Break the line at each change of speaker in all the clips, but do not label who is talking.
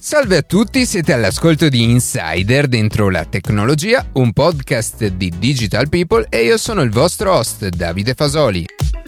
Salve a tutti, siete all'ascolto di Insider dentro la tecnologia, un podcast di Digital People e io sono il vostro host Davide Fasoli.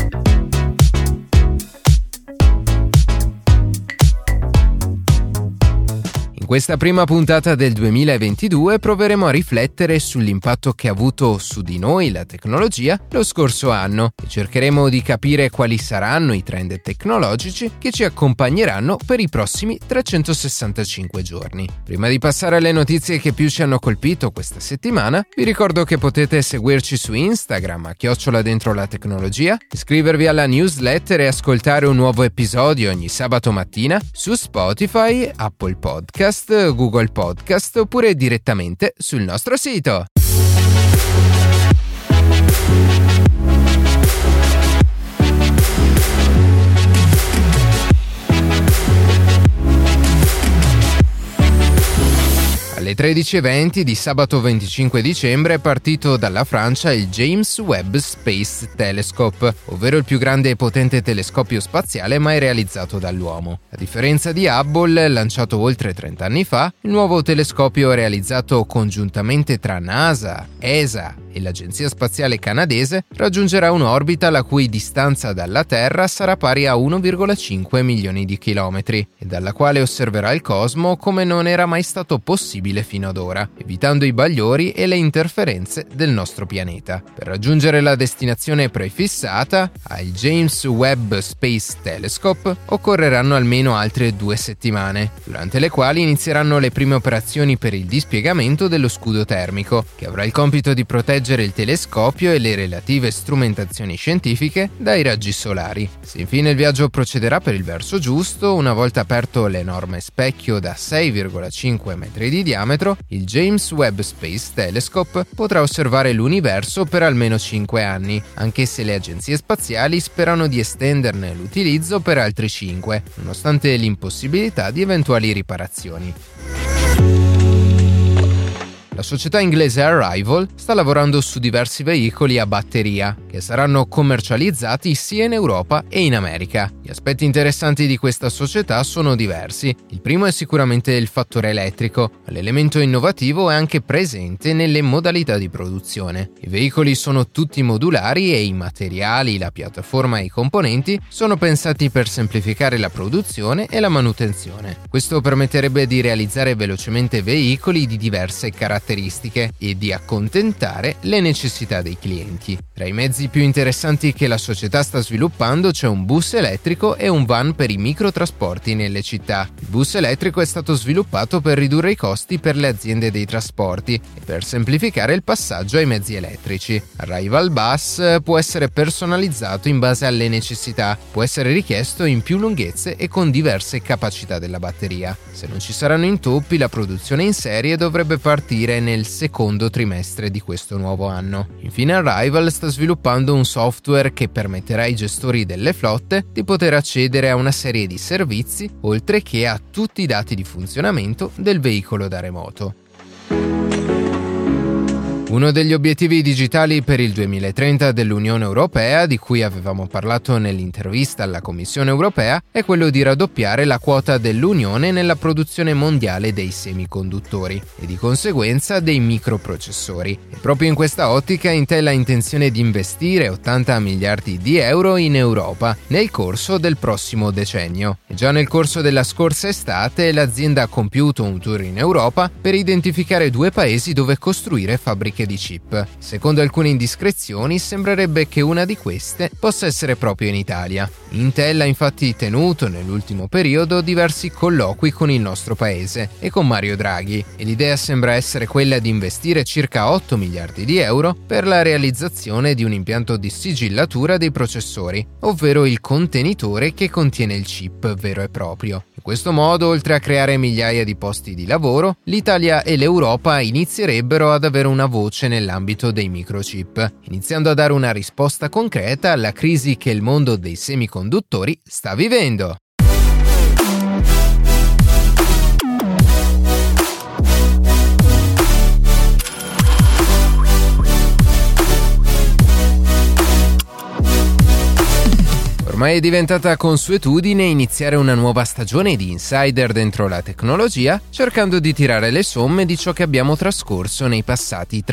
In questa prima puntata del 2022 proveremo a riflettere sull'impatto che ha avuto su di noi la tecnologia lo scorso anno e cercheremo di capire quali saranno i trend tecnologici che ci accompagneranno per i prossimi 365 giorni. Prima di passare alle notizie che più ci hanno colpito questa settimana, vi ricordo che potete seguirci su Instagram a @dentrolatecnologia, iscrivervi alla newsletter e ascoltare un nuovo episodio ogni sabato mattina su Spotify, Apple Podcast, Google Podcast oppure direttamente sul nostro sito. Alle 13:20 di sabato 25 dicembre è partito dalla Francia il James Webb Space Telescope, ovvero il più grande e potente telescopio spaziale mai realizzato dall'uomo. A differenza di Hubble, lanciato oltre 30 anni fa, il nuovo telescopio realizzato congiuntamente tra NASA, ESA e l'Agenzia Spaziale Canadese raggiungerà un'orbita la cui distanza dalla Terra sarà pari a 1,5 milioni di chilometri e dalla quale osserverà il cosmo come non era mai stato possibile fino ad ora, evitando i bagliori e le interferenze del nostro pianeta. Per raggiungere la destinazione prefissata, al James Webb Space Telescope, occorreranno almeno altre 2 settimane, durante le quali inizieranno le prime operazioni per il dispiegamento dello scudo termico, che avrà il compito di proteggere il telescopio e le relative strumentazioni scientifiche dai raggi solari. Se infine il viaggio procederà per il verso giusto, una volta aperto l'enorme specchio da 6,5 metri di diametro, il James Webb Space Telescope potrà osservare l'universo per almeno 5 anni, anche se le agenzie spaziali sperano di estenderne l'utilizzo per altri 5, nonostante l'impossibilità di eventuali riparazioni. La società inglese Arrival sta lavorando su diversi veicoli a batteria che saranno commercializzati sia in Europa e in America. Gli aspetti interessanti di questa società sono diversi. Il primo è sicuramente il fattore elettrico, ma l'elemento innovativo è anche presente nelle modalità di produzione. I veicoli sono tutti modulari e i materiali, la piattaforma e i componenti sono pensati per semplificare la produzione e la manutenzione. Questo permetterebbe di realizzare velocemente veicoli di diverse caratteristiche e di accontentare le necessità dei clienti. Tra i mezzi più interessanti che la società sta sviluppando c'è un bus elettrico e un van per i microtrasporti nelle città. Il bus elettrico è stato sviluppato per ridurre i costi per le aziende dei trasporti e per semplificare il passaggio ai mezzi elettrici. Arrival Bus può essere personalizzato in base alle necessità, può essere richiesto in più lunghezze e con diverse capacità della batteria. Se non ci saranno intoppi, la produzione in serie dovrebbe partire nel secondo trimestre di questo nuovo anno. Infine Arrival sta sviluppando un software che permetterà ai gestori delle flotte di poter accedere a una serie di servizi oltre che a tutti i dati di funzionamento del veicolo da remoto. Uno degli obiettivi digitali per il 2030 dell'Unione Europea, di cui avevamo parlato nell'intervista alla Commissione Europea, è quello di raddoppiare la quota dell'Unione nella produzione mondiale dei semiconduttori e di conseguenza dei microprocessori. E proprio in questa ottica Intel ha intenzione di investire 80 miliardi di euro in Europa nel corso del prossimo decennio. E già nel corso della scorsa estate l'azienda ha compiuto un tour in Europa per identificare 2 paesi dove costruire fabbriche di chip. Secondo alcune indiscrezioni sembrerebbe che una di queste possa essere proprio in Italia. Intel ha infatti tenuto nell'ultimo periodo diversi colloqui con il nostro paese e con Mario Draghi e l'idea sembra essere quella di investire circa 8 miliardi di euro per la realizzazione di un impianto di sigillatura dei processori, ovvero il contenitore che contiene il chip vero e proprio. In questo modo, oltre a creare migliaia di posti di lavoro, l'Italia e l'Europa inizierebbero ad avere una voce nell'ambito dei microchip, iniziando a dare una risposta concreta alla crisi che il mondo dei semiconduttori sta vivendo. Ormai è diventata consuetudine iniziare una nuova stagione di Insider dentro la tecnologia, cercando di tirare le somme di ciò che abbiamo trascorso nei passati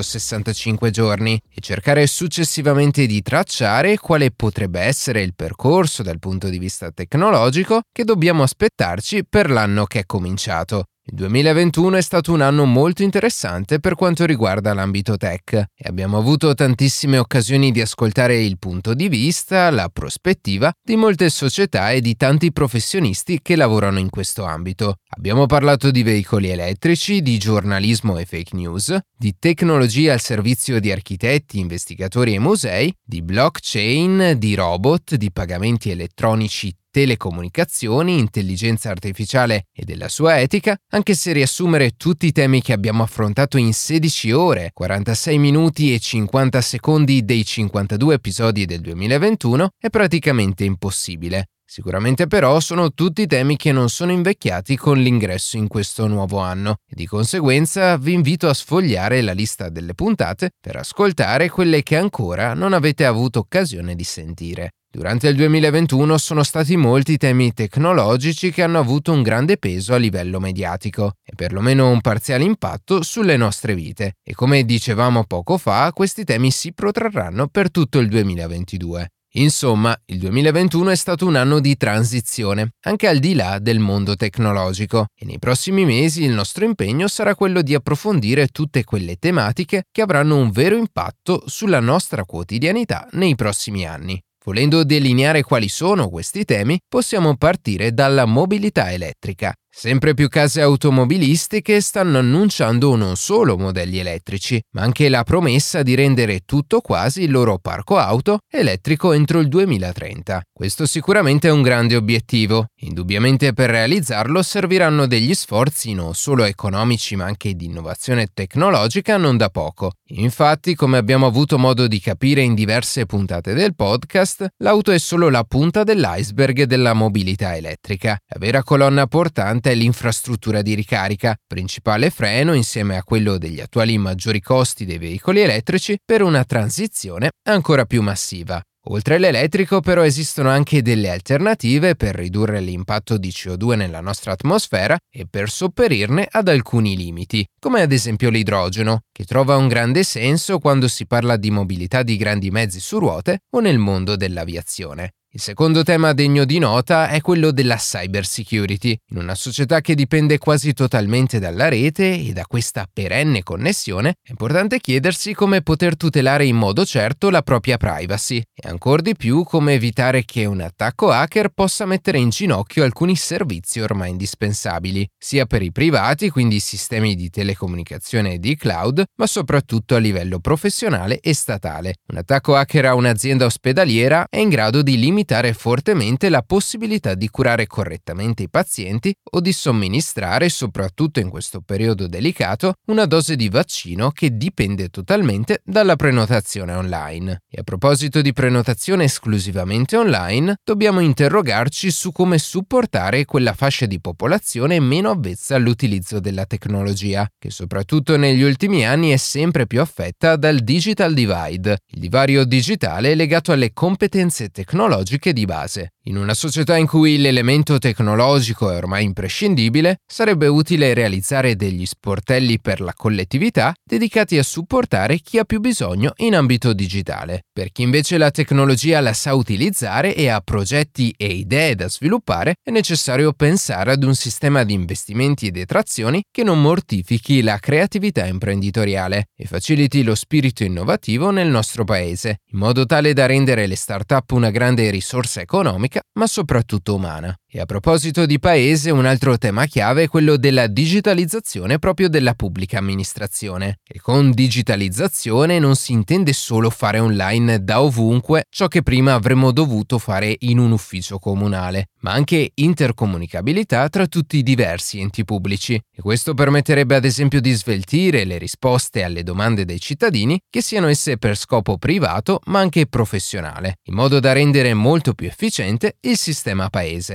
365 giorni e cercare successivamente di tracciare quale potrebbe essere il percorso dal punto di vista tecnologico che dobbiamo aspettarci per l'anno che è cominciato. Il 2021 è stato un anno molto interessante per quanto riguarda l'ambito tech e abbiamo avuto tantissime occasioni di ascoltare il punto di vista, la prospettiva di molte società e di tanti professionisti che lavorano in questo ambito. Abbiamo parlato di veicoli elettrici, di giornalismo e fake news, di tecnologia al servizio di architetti, investigatori e musei, di blockchain, di robot, di pagamenti elettronici, telecomunicazioni, intelligenza artificiale e della sua etica, anche se riassumere tutti i temi che abbiamo affrontato in 16 ore, 46 minuti e 50 secondi dei 52 episodi del 2021 è praticamente impossibile. Sicuramente però sono tutti temi che non sono invecchiati con l'ingresso in questo nuovo anno e di conseguenza vi invito a sfogliare la lista delle puntate per ascoltare quelle che ancora non avete avuto occasione di sentire. Durante il 2021 sono stati molti temi tecnologici che hanno avuto un grande peso a livello mediatico e perlomeno un parziale impatto sulle nostre vite e come dicevamo poco fa questi temi si protrarranno per tutto il 2022. Insomma, il 2021 è stato un anno di transizione, anche al di là del mondo tecnologico, e nei prossimi mesi il nostro impegno sarà quello di approfondire tutte quelle tematiche che avranno un vero impatto sulla nostra quotidianità nei prossimi anni. Volendo delineare quali sono questi temi, possiamo partire dalla mobilità elettrica. Sempre più case automobilistiche stanno annunciando non solo modelli elettrici, ma anche la promessa di rendere tutto quasi il loro parco auto elettrico entro il 2030. Questo sicuramente è un grande obiettivo. Indubbiamente per realizzarlo serviranno degli sforzi non solo economici ma anche di innovazione tecnologica non da poco. Infatti, come abbiamo avuto modo di capire in diverse puntate del podcast, l'auto è solo la punta dell'iceberg della mobilità elettrica. La vera colonna portante è l'infrastruttura di ricarica, principale freno insieme a quello degli attuali maggiori costi dei veicoli elettrici per una transizione ancora più massiva. Oltre all'elettrico però esistono anche delle alternative per ridurre l'impatto di CO2 nella nostra atmosfera e per sopperirne ad alcuni limiti, come ad esempio l'idrogeno, che trova un grande senso quando si parla di mobilità di grandi mezzi su ruote o nel mondo dell'aviazione. Il secondo tema degno di nota è quello della cyber security. In una società che dipende quasi totalmente dalla rete e da questa perenne connessione, è importante chiedersi come poter tutelare in modo certo la propria privacy e ancor di più come evitare che un attacco hacker possa mettere in ginocchio alcuni servizi ormai indispensabili, sia per i privati, quindi sistemi di telecomunicazione e di cloud, ma soprattutto a livello professionale e statale. Un attacco hacker a un'azienda ospedaliera è in grado di limitare fortemente la possibilità di curare correttamente i pazienti o di somministrare, soprattutto in questo periodo delicato, una dose di vaccino che dipende totalmente dalla prenotazione online. E a proposito di prenotazione esclusivamente online, dobbiamo interrogarci su come supportare quella fascia di popolazione meno avvezza all'utilizzo della tecnologia, che soprattutto negli ultimi anni è sempre più affetta dal digital divide, il divario digitale legato alle competenze tecnologiche di base. In una società in cui l'elemento tecnologico è ormai imprescindibile, sarebbe utile realizzare degli sportelli per la collettività dedicati a supportare chi ha più bisogno in ambito digitale. Per chi invece la tecnologia la sa utilizzare e ha progetti e idee da sviluppare, è necessario pensare ad un sistema di investimenti e detrazioni che non mortifichi la creatività imprenditoriale e faciliti lo spirito innovativo nel nostro paese, in modo tale da rendere le start-up una grande risorsa economica ma soprattutto umana. E a proposito di paese, un altro tema chiave è quello della digitalizzazione proprio della pubblica amministrazione. E con digitalizzazione non si intende solo fare online da ovunque ciò che prima avremmo dovuto fare in un ufficio comunale, ma anche intercomunicabilità tra tutti i diversi enti pubblici. E questo permetterebbe ad esempio di sveltire le risposte alle domande dei cittadini, che siano esse per scopo privato ma anche professionale, in modo da rendere molto più efficiente il sistema paese.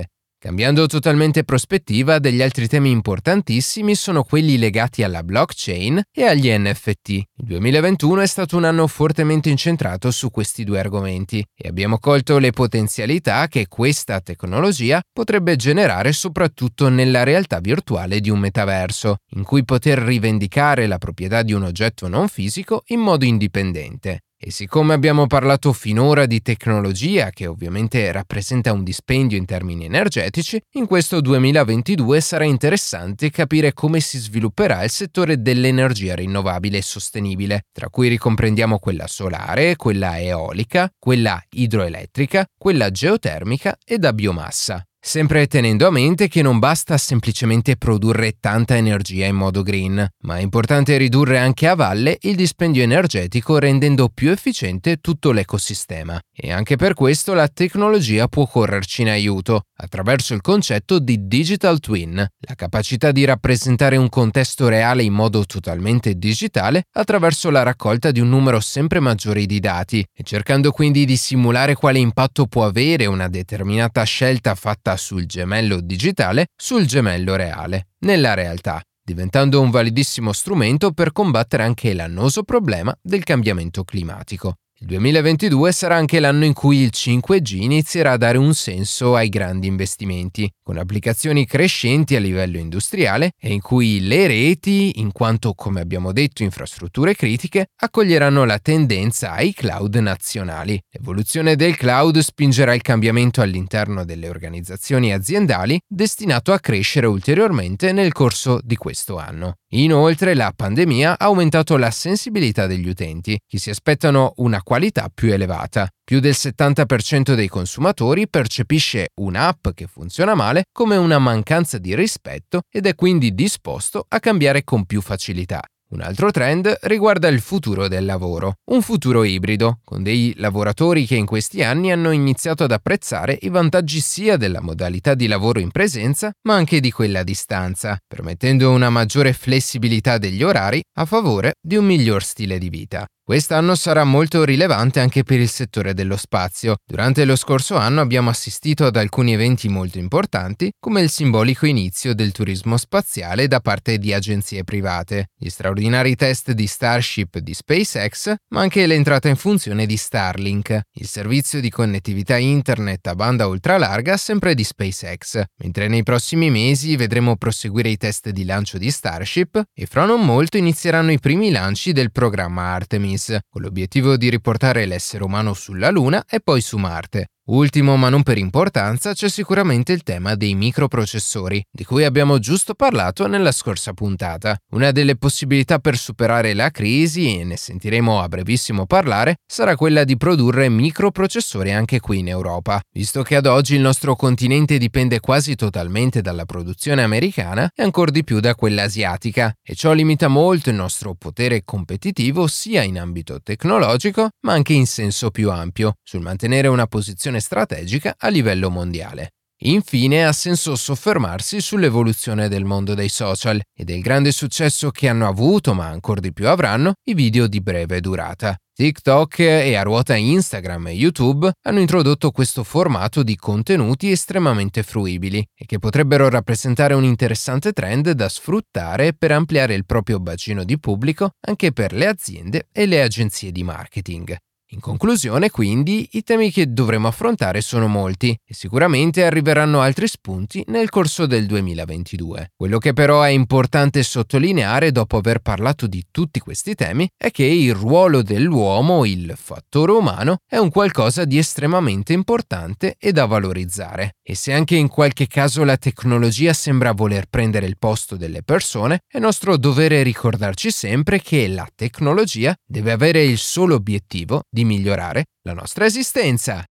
Cambiando totalmente prospettiva, degli altri temi importantissimi sono quelli legati alla blockchain e agli NFT. Il 2021 è stato un anno fortemente incentrato su questi due argomenti e abbiamo colto le potenzialità che questa tecnologia potrebbe generare soprattutto nella realtà virtuale di un metaverso, in cui poter rivendicare la proprietà di un oggetto non fisico in modo indipendente. E siccome abbiamo parlato finora di tecnologia, che ovviamente rappresenta un dispendio in termini energetici, in questo 2022 sarà interessante capire come si svilupperà il settore dell'energia rinnovabile e sostenibile, tra cui ricomprendiamo quella solare, quella eolica, quella idroelettrica, quella geotermica e da biomassa. Sempre tenendo a mente che non basta semplicemente produrre tanta energia in modo green, ma è importante ridurre anche a valle il dispendio energetico rendendo più efficiente tutto l'ecosistema. E anche per questo la tecnologia può correrci in aiuto, attraverso il concetto di digital twin, la capacità di rappresentare un contesto reale in modo totalmente digitale attraverso la raccolta di un numero sempre maggiore di dati, e cercando quindi di simulare quale impatto può avere una determinata scelta fatta sul gemello digitale sul gemello reale, nella realtà, diventando un validissimo strumento per combattere anche l'annoso problema del cambiamento climatico. Il 2022 sarà anche l'anno in cui il 5G inizierà a dare un senso ai grandi investimenti, con applicazioni crescenti a livello industriale e in cui le reti, in quanto, come abbiamo detto, infrastrutture critiche, accoglieranno la tendenza ai cloud nazionali. L'evoluzione del cloud spingerà il cambiamento all'interno delle organizzazioni aziendali, destinato a crescere ulteriormente nel corso di questo anno. Inoltre, la pandemia ha aumentato la sensibilità degli utenti, che si aspettano una qualità più elevata. Più del 70% dei consumatori percepisce un'app che funziona male come una mancanza di rispetto ed è quindi disposto a cambiare con più facilità. Un altro trend riguarda il futuro del lavoro, un futuro ibrido, con dei lavoratori che in questi anni hanno iniziato ad apprezzare i vantaggi sia della modalità di lavoro in presenza, ma anche di quella a distanza, permettendo una maggiore flessibilità degli orari a favore di un miglior stile di vita. Quest'anno sarà molto rilevante anche per il settore dello spazio. Durante lo scorso anno abbiamo assistito ad alcuni eventi molto importanti, come il simbolico inizio del turismo spaziale da parte di agenzie private, gli straordinari test di Starship di SpaceX, ma anche l'entrata in funzione di Starlink, il servizio di connettività internet a banda ultralarga sempre di SpaceX, mentre nei prossimi mesi vedremo proseguire i test di lancio di Starship e fra non molto inizieranno i primi lanci del programma Artemis, con l'obiettivo di riportare l'essere umano sulla Luna e poi su Marte. Ultimo, ma non per importanza, c'è sicuramente il tema dei microprocessori, di cui abbiamo giusto parlato nella scorsa puntata. Una delle possibilità per superare la crisi, e ne sentiremo a brevissimo parlare, sarà quella di produrre microprocessori anche qui in Europa, visto che ad oggi il nostro continente dipende quasi totalmente dalla produzione americana e ancor di più da quella asiatica, e ciò limita molto il nostro potere competitivo sia in ambito tecnologico, ma anche in senso più ampio, sul mantenere una posizione strategica a livello mondiale. Infine, ha senso soffermarsi sull'evoluzione del mondo dei social e del grande successo che hanno avuto, ma ancor di più avranno, i video di breve durata. TikTok e a ruota Instagram e YouTube hanno introdotto questo formato di contenuti estremamente fruibili e che potrebbero rappresentare un interessante trend da sfruttare per ampliare il proprio bacino di pubblico anche per le aziende e le agenzie di marketing. In conclusione, quindi, i temi che dovremo affrontare sono molti e sicuramente arriveranno altri spunti nel corso del 2022. Quello che però è importante sottolineare dopo aver parlato di tutti questi temi è che il ruolo dell'uomo, il fattore umano, è un qualcosa di estremamente importante e da valorizzare. E se anche in qualche caso la tecnologia sembra voler prendere il posto delle persone, è nostro dovere ricordarci sempre che la tecnologia deve avere il solo obiettivo di migliorare la nostra esistenza.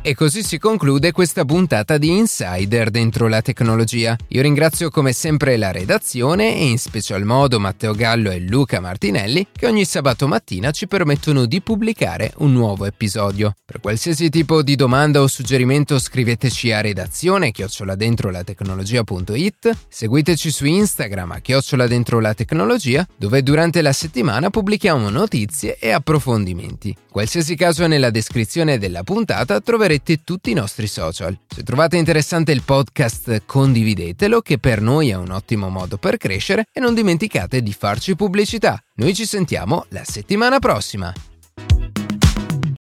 E così si conclude questa puntata di Insider dentro la tecnologia. Io ringrazio come sempre la redazione e in special modo Matteo Gallo e Luca Martinelli che ogni sabato mattina ci permettono di pubblicare un nuovo episodio. Per qualsiasi tipo di domanda o suggerimento scriveteci a redazione@dentrolatecnologia.it, seguiteci su Instagram @dentrolatecnologia, dove durante la settimana pubblichiamo notizie e approfondimenti. Qualsiasi caso, nella descrizione della puntata troverete tutti i nostri social. Se trovate interessante il podcast, condividetelo, che per noi è un ottimo modo per crescere, e non dimenticate di farci pubblicità. Noi ci sentiamo la settimana prossima.